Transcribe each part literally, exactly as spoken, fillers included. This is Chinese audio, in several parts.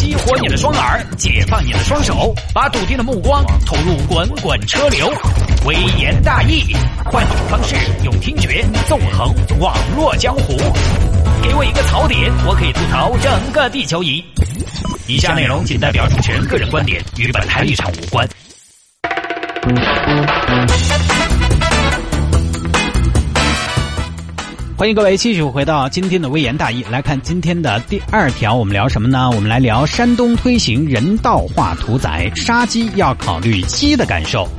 激活你的双耳，解放你的双手，把笃定的目光投入滚滚车流。微言大义，换种方式用听觉纵横网络江湖。给我一个槽点，我可以吐槽整个地球仪。以下内容仅代表主持人个人观点，与本台立场无关。欢迎各位继续回到今天的微言大义，来看今天的第二条，我们聊什么呢？我们来聊山东推行人道化屠宰，杀鸡要考虑鸡的感受。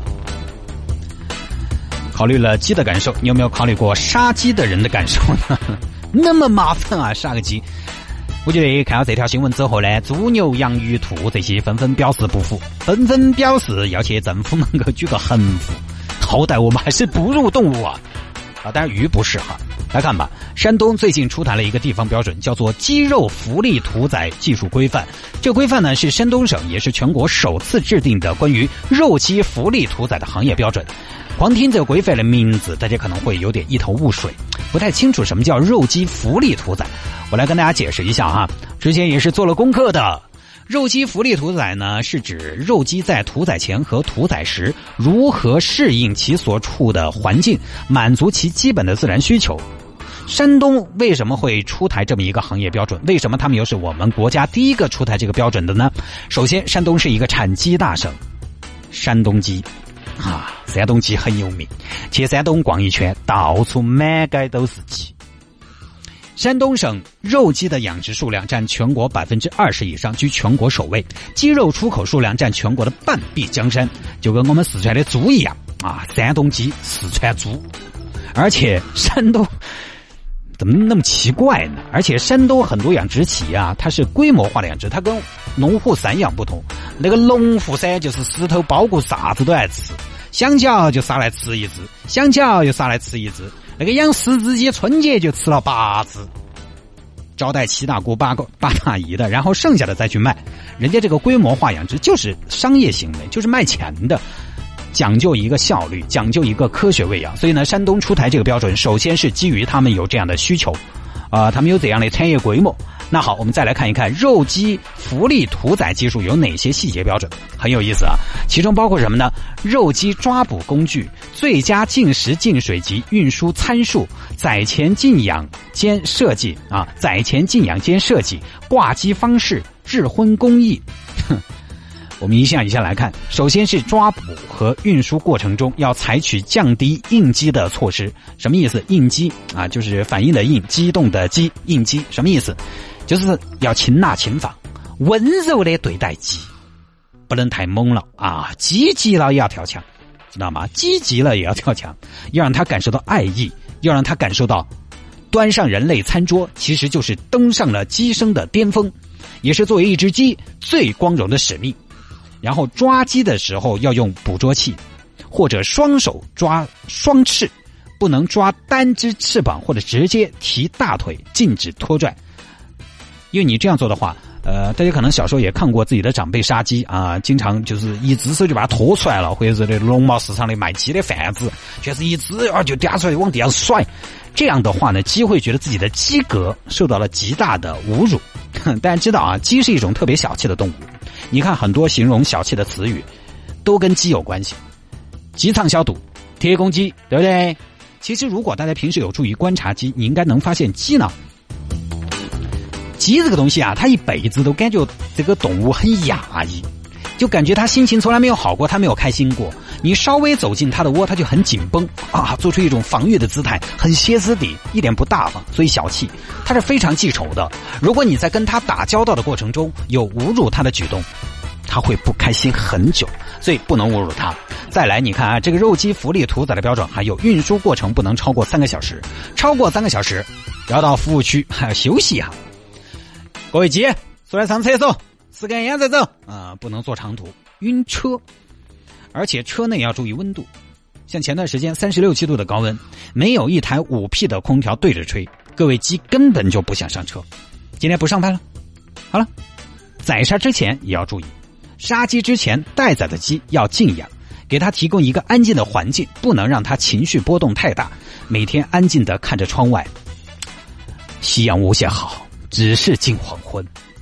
考虑了鸡的感受，你有没有考虑过杀鸡的人的感受呢？那么麻烦啊，杀个鸡。我觉得看到这条新闻之后呢，猪牛羊鱼兔这些纷纷表示不服，纷纷表示要去政府门口举个横幅，好歹我们还是哺乳动物啊！啊，当然鱼不是哈。来看吧，山东最近出台了一个地方标准，叫做鸡肉福利屠宰技术规范。这规范呢是山东省也是全国首次制定的关于肉鸡福利屠宰的行业标准。光听这个规范的名字，大家可能会有点一头雾水，不太清楚什么叫肉鸡福利屠宰。我来跟大家解释一下哈，之前也是做了功课的。肉鸡福利屠宰呢，是指肉鸡在屠宰前和屠宰时如何适应其所处的环境，满足其基本的自然需求。山东为什么会出台这么一个行业标准？为什么他们又是我们国家第一个出台这个标准的呢？首先，山东是一个产鸡大省，山东鸡啊，山东鸡很有名，去山东逛一圈，到处满街都是鸡。山东省肉鸡的养殖数量占全国百分之二十以上，居全国首位。鸡肉出口数量占全国的半壁江山，就跟我们四川的猪一样啊，山东鸡，四川猪。而且山东怎么那么奇怪呢？而且山东很多养殖企业啊，它是规模化的养殖，它跟农户散养不同。那个农户噻，就是石头包裹啥子都爱吃，香蕉就杀来吃一只，香蕉又杀来吃一只。那个养十只鸡，春节就吃了八只，招待七大姑八个八大姨的，然后剩下的再去卖。人家这个规模化养殖就是商业行为，就是卖钱的，讲究一个效率，讲究一个科学喂养。所以呢，山东出台这个标准，首先是基于他们有这样的需求，啊、呃，他们有这样的产业规模。那好，我们再来看一看肉鸡福利屠宰技术有哪些细节标准，很有意思啊。其中包括什么呢？肉鸡抓捕工具、最佳进食进水及运输参数、宰前禁养间设计啊，宰前禁养间设计、挂鸡方式、制荤工艺。我们一项一项来看，首先是抓捕和运输过程中要采取降低应激的措施。什么意思？应激啊，就是反应的应，激动的激，应激什么意思？就是要擒拿轻放，温柔的对待鸡，不能太猛了啊！鸡急了也要跳墙，知道吗？鸡急了也要跳墙，要让他感受到爱意，要让他感受到端上人类餐桌其实就是登上了鸡生的巅峰，也是作为一只鸡最光荣的使命。然后抓鸡的时候要用捕捉器，或者双手抓双翅，不能抓单只翅膀或者直接提大腿，禁止拖拽。因为你这样做的话，呃，大家可能小时候也看过自己的长辈杀鸡啊，经常就是一只手就把它拖出来了，或者是这农贸市场里卖鸡的贩子，就是一只啊就嗲出来往地上甩。这样的话呢，鸡会觉得自己的鸡格受到了极大的侮辱。大家知道啊，鸡是一种特别小气的动物。你看很多形容小气的词语都跟鸡有关系，鸡肠小肚、铁公鸡，对不对？其实如果大家平时有注意观察鸡，你应该能发现鸡呢，鸡这个东西啊，它一辈子都感觉这个动物很压抑，就感觉它心情从来没有好过，它没有开心过。你稍微走进它的窝，它就很紧绷啊，做出一种防御的姿态，很歇斯底，一点不大方，所以小气。它是非常记仇的。如果你在跟它打交道的过程中有侮辱它的举动，它会不开心很久，所以不能侮辱它。再来，你看啊，这个肉鸡福利屠宰的标准还有运输过程不能超过三个小时，超过三个小时要到服务区还要休息一下。各位鸡，出来上厕所，吃根烟再走啊、呃，不能坐长途，晕车。而且车内要注意温度，像前段时间三十六七度的高温，没有一台五 P 的空调对着吹，各位鸡根本就不想上车。今天不上班了，好了，宰杀之前也要注意，杀鸡之前待宰的鸡要静养，给它提供一个安静的环境，不能让它情绪波动太大，每天安静地看着窗外，夕阳无限好，只是近黄昏。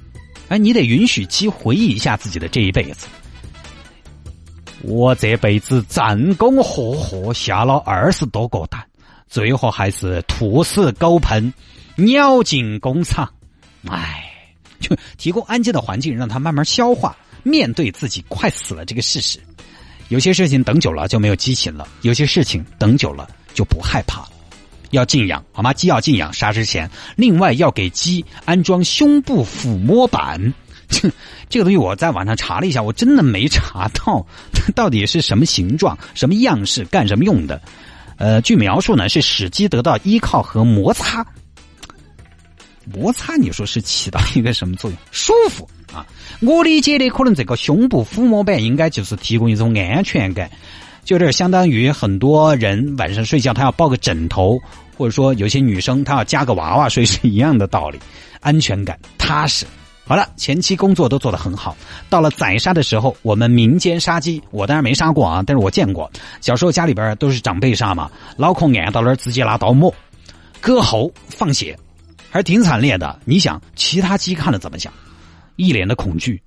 哎，你得允许鸡回忆一下自己的这一辈子。我这辈子战功赫赫，下了二十多个蛋，最后还是兔死狗烹，鸟进工厂。哎，就提供安静的环境，让他慢慢消化，面对自己快死了这个事实。有些事情等久了就没有激情了，有些事情等久了就不害怕了。要静养，好吗？鸡要静养，杀之前，另外要给鸡安装胸部抚摸板。这个东西我在网上查了一下，我真的没查到它到底是什么形状、什么样式、干什么用的。呃，据描述呢，是使鸡得到依靠和摩擦。摩擦，你说是起到一个什么作用？舒服啊！我理解的可能这个胸部抚摸板应该就是提供一种安全感。就有点相当于很多人晚上睡觉他要抱个枕头，或者说有些女生她要加个娃娃睡是一样的道理，安全感踏实。好了，前期工作都做得很好，到了宰杀的时候，我们民间杀鸡，我当然没杀过啊，但是我见过。小时候家里边都是长辈杀嘛，脑壳按到那儿直接拿刀抹，割喉放血，还挺惨烈的。你想其他鸡看了怎么想？一脸的恐惧。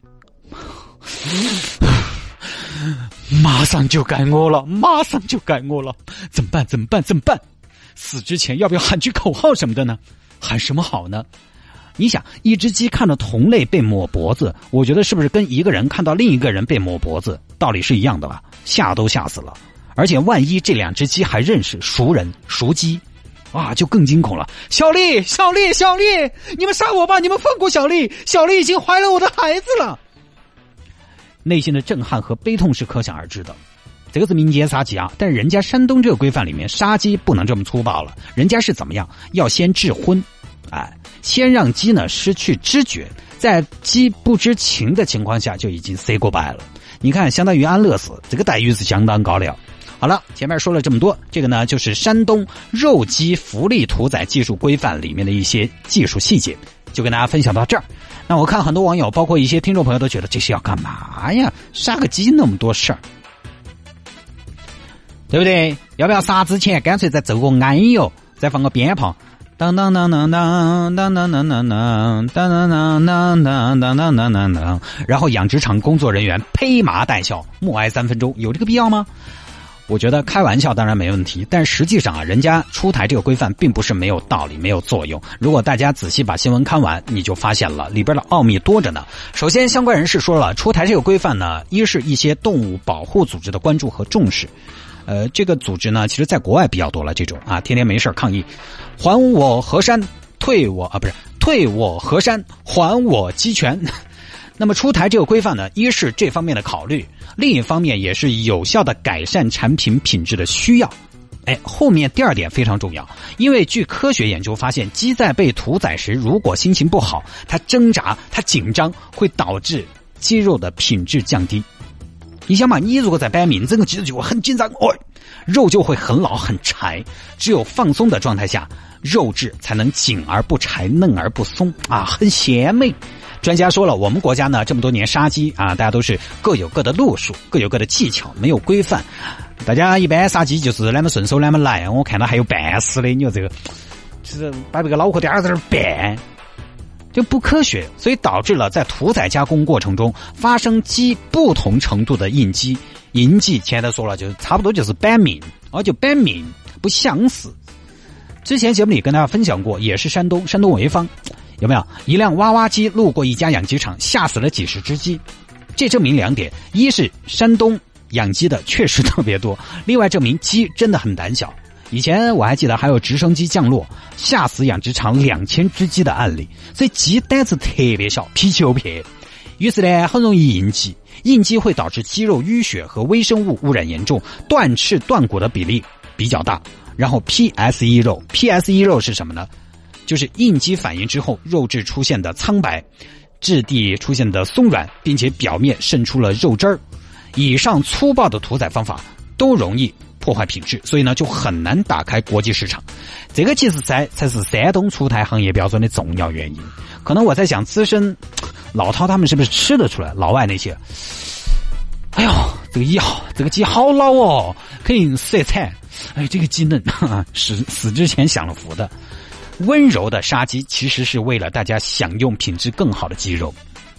马上就该我了，马上就该我了，怎么办？怎么办？怎么办？死之前要不要喊句口号什么的呢？喊什么好呢？你想，一只鸡看到同类被抹脖子，我觉得是不是跟一个人看到另一个人被抹脖子道理是一样的吧？吓都吓死了。而且万一这两只鸡还认识熟人熟鸡，啊，就更惊恐了。小丽，小丽，小丽，你们杀我吧，你们放过小丽，小丽已经怀了我的孩子了。内心的震撼和悲痛是可想而知的。这个是民间杀鸡啊，但是人家山东这个规范里面杀鸡不能这么粗暴了，人家是怎么样？要先致昏，哎，先让鸡呢失去知觉，在鸡不知情的情况下就已经 say goodbye 了。你看，相当于安乐死，这个待遇是相当高的。好了，前面说了这么多，这个呢就是山东肉鸡福利屠宰技术规范里面的一些技术细节，就跟大家分享到这儿。那我看很多网友包括一些听众朋友都觉得这是要干嘛呀？杀个鸡那么多事儿，对不对？要不要杀之前干脆再走个安油，再放个鞭炮，当当当当当当当当当当当当当当当当当当当，然后养殖场工作人员披麻戴孝，默哀三分钟，有这个必要吗？我觉得开玩笑当然没问题，但实际上啊，人家出台这个规范并不是没有道理、没有作用。如果大家仔细把新闻看完，你就发现了里边的奥秘多着呢。首先，相关人士说了，出台这个规范呢，一是一些动物保护组织的关注和重视。呃，这个组织呢，其实在国外比较多了，这种啊，天天没事抗议，还我河山，退我啊，不是退我河山，还我鸡权。那么出台这个规范呢，一是这方面的考虑，另一方面也是有效的改善产品品质的需要。哎，后面第二点非常重要，因为据科学研究发现，鸡在被屠宰时，如果心情不好，它挣扎，它紧张，会导致鸡肉的品质降低。你想嘛，你如果在掰命，整个鸡肉就会很紧张，哦，肉就会很老很柴。只有放松的状态下，肉质才能紧而不柴，嫩而不松啊，很鲜美。专家说了，我们国家呢这么多年杀鸡啊，大家都是各有各的路数，各有各的技巧，没有规范。大家一般杀鸡就是那么顺手那么来，我看到还有绊死的，你说这个就是把这个脑壳点在这儿绊，就不科学，所以导致了在屠宰加工过程中发生鸡不同程度的应激。应激前头说了，就差不多就是扳命，哦，就扳命不相似。之前节目里跟大家分享过，也是山东山东潍坊。有没有一辆挖挖机路过一家养鸡场，吓死了几十只鸡？这证明两点：一是山东养鸡的确实特别多，另外证明鸡真的很胆小。以前我还记得还有直升机降落吓死养殖场两千只鸡的案例，所以鸡胆子特别小，脾气又撇，于是呢很容易应激，应激会导致肌肉淤血和微生物污染严重，断翅断骨的比例比较大。然后 P S E 肉 ，P S E 肉是什么呢？就是应激反应之后，肉质出现的苍白，质地出现的松软，并且表面渗出了肉汁儿。以上粗暴的屠宰方法都容易破坏品质，所以呢就很难打开国际市场。这个其实才才是山东出台行业标准的重要原因。可能我在想，资深老饕他们是不是吃得出来？老外那些，哎呦，这个鸡好，这个鸡好老哦，肯定色彩，哎，这个鸡嫩，死死之前享了福的。温柔的杀鸡其实是为了大家享用品质更好的鸡肉，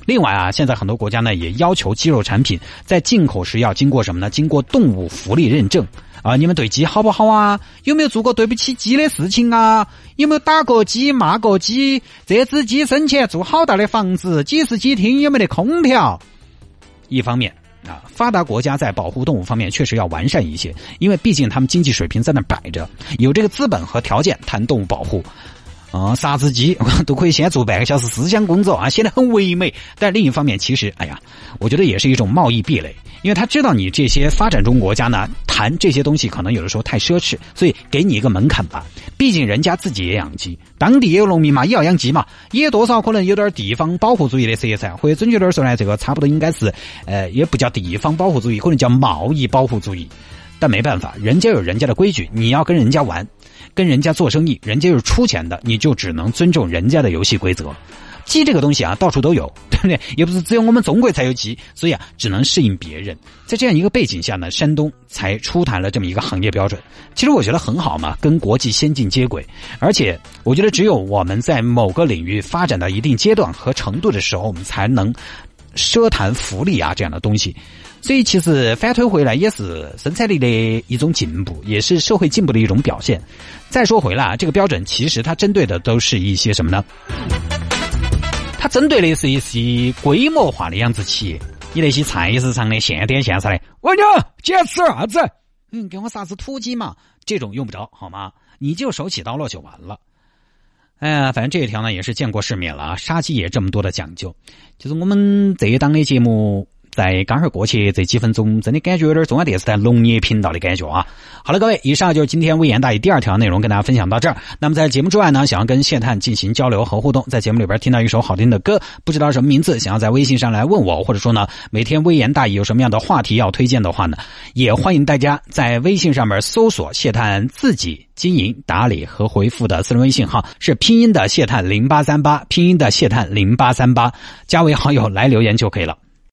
另外啊，现在很多国家呢也要求鸡肉产品在进口时要经过什么呢？经过动物福利认证啊！你们对鸡好不好啊？有没有做过对不起鸡的事情啊？有没有打过鸡、骂过鸡？这只鸡生前住好大的房子，几室几厅有没得空调？一方面啊，发达国家在保护动物方面确实要完善一些，因为毕竟他们经济水平在那摆着，有这个资本和条件谈动物保护。啊、呃，杀只鸡都可以先做半个小时思想工作啊，显得很唯美。但另一方面，其实，哎呀，我觉得也是一种贸易壁垒，因为他知道你这些发展中国家呢，谈这些东西可能有的时候太奢侈，所以给你一个门槛吧。毕竟人家自己也养鸡，当地也有农民嘛，也要养鸡嘛，也多少可能有点地方保护主义的色彩，或者准确点说呢，这个差不多应该是，呃，也不叫地方保护主义，可能叫贸易保护主义。但没办法，人家有人家的规矩，你要跟人家玩，跟人家做生意，人家是出钱的，你就只能尊重人家的游戏规则。鸡这个东西啊，到处都有，对不对？也不是只有我们中国才有鸡，所以啊，只能适应别人。在这样一个背景下呢，山东才出台了这么一个行业标准。其实我觉得很好嘛，跟国际先进接轨。而且我觉得只有我们在某个领域发展到一定阶段和程度的时候，我们才能奢谈福利啊这样的东西。所以其实反推回来也是生产力的一种进步，也是社会进步的一种表现。再说回来啊，这个标准其实它针对的都是一些什么呢？它针对的是一些规模化的养殖企业。你那些菜市场的现点现杀的，我娘今天吃啥子？嗯，给我啥子土鸡嘛？这种用不着好吗？你就手起刀落就完了。哎呀，反正这一条呢也是见过世面了啊，杀鸡也这么多的讲究。就是我们这一档的节目在刚好过去这几分钟，真的感觉有点中央电视台农业频道的感觉啊。好了，各位，以上就是今天微言大义第二条内容，跟大家分享到这儿。那么在节目之外呢，想要跟谢探进行交流和互动，在节目里边听到一首好听的歌，不知道什么名字，想要在微信上来问我，或者说呢，每天微言大义有什么样的话题要推荐的话呢，也欢迎大家在微信上面搜索谢探自己经营打理和回复的私人微信号是拼音的谢探零八三八，拼音的谢探零八三八，加为好友来留言就可以了。